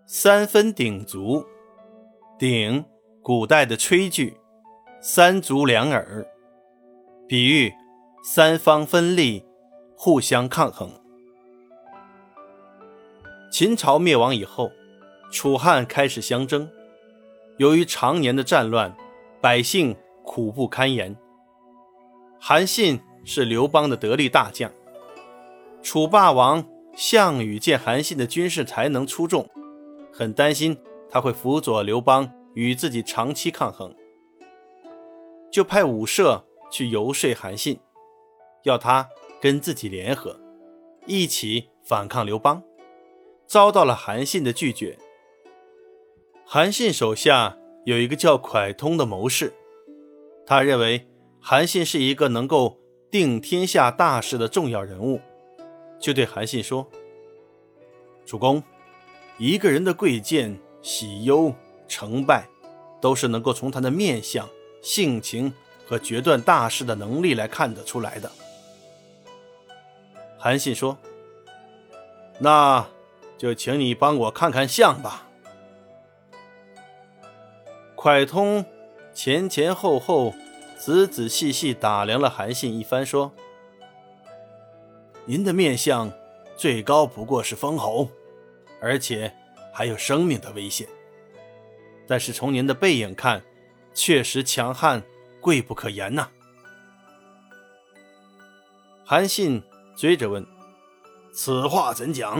三分鼎足，鼎，古代的炊具，三足两耳，比喻三方分立，互相抗衡。秦朝灭亡以后，楚汉开始相争，由于常年的战乱，百姓苦不堪言。韩信是刘邦的得力大将，楚霸王项羽见韩信的军事才能出众，很担心他会辅佐刘邦与自己长期抗衡，就派武涉去游说韩信，要他跟自己联合，一起反抗刘邦，遭到了韩信的拒绝。韩信手下有一个叫蒯通的谋士，他认为韩信是一个能够定天下大事的重要人物，就对韩信说：主公，一个人的贵贱、喜忧、成败，都是能够从他的面相、性情和决断大事的能力来看得出来的。韩信说：那就请你帮我看看相吧。蒯通前前后后仔仔细细打量了韩信一番，说：您的面相最高不过是封侯，而且还有生命的危险，但是从您的背影看，确实强悍，贵不可言呐。韩信追着问：此话怎讲？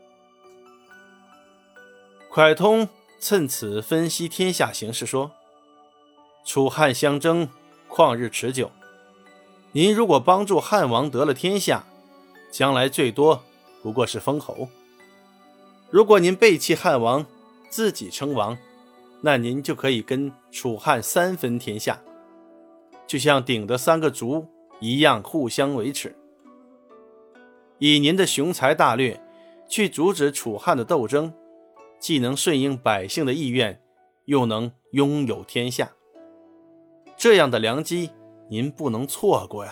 蒯通趁此分析天下形势，说：楚汉相争，旷日持久，您如果帮助汉王得了天下，将来最多不过是封侯；如果您背弃汉王，自己称王，那您就可以跟楚汉三分天下，就像鼎的三个足一样互相维持。以您的雄才大略去阻止楚汉的斗争，既能顺应百姓的意愿，又能拥有天下，这样的良机您不能错过呀。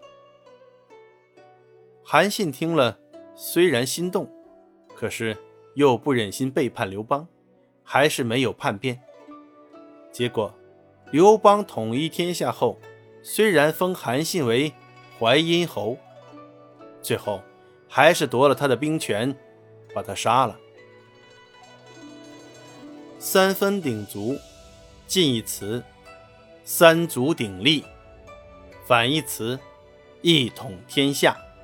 韩信听了，虽然心动，可是又不忍心背叛刘邦，还是没有叛变。结果刘邦统一天下后，虽然封韩信为淮阴侯，最后还是夺了他的兵权，把他杀了。三分鼎足，近义词三足鼎立，反义词一统天下。